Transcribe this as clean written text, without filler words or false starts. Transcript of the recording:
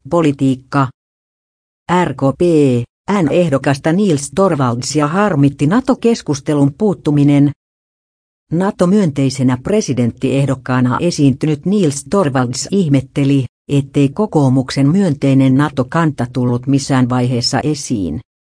Politiikka. RKP, N-ehdokasta Niels Torvaldsia harmitti NATO-keskustelun puuttuminen. NATO-myönteisenä presidenttiehdokkaana esiintynyt Niels Torvalds ihmetteli, ettei kokoomuksen myönteinen NATO-kanta tullut missään vaiheessa esiin.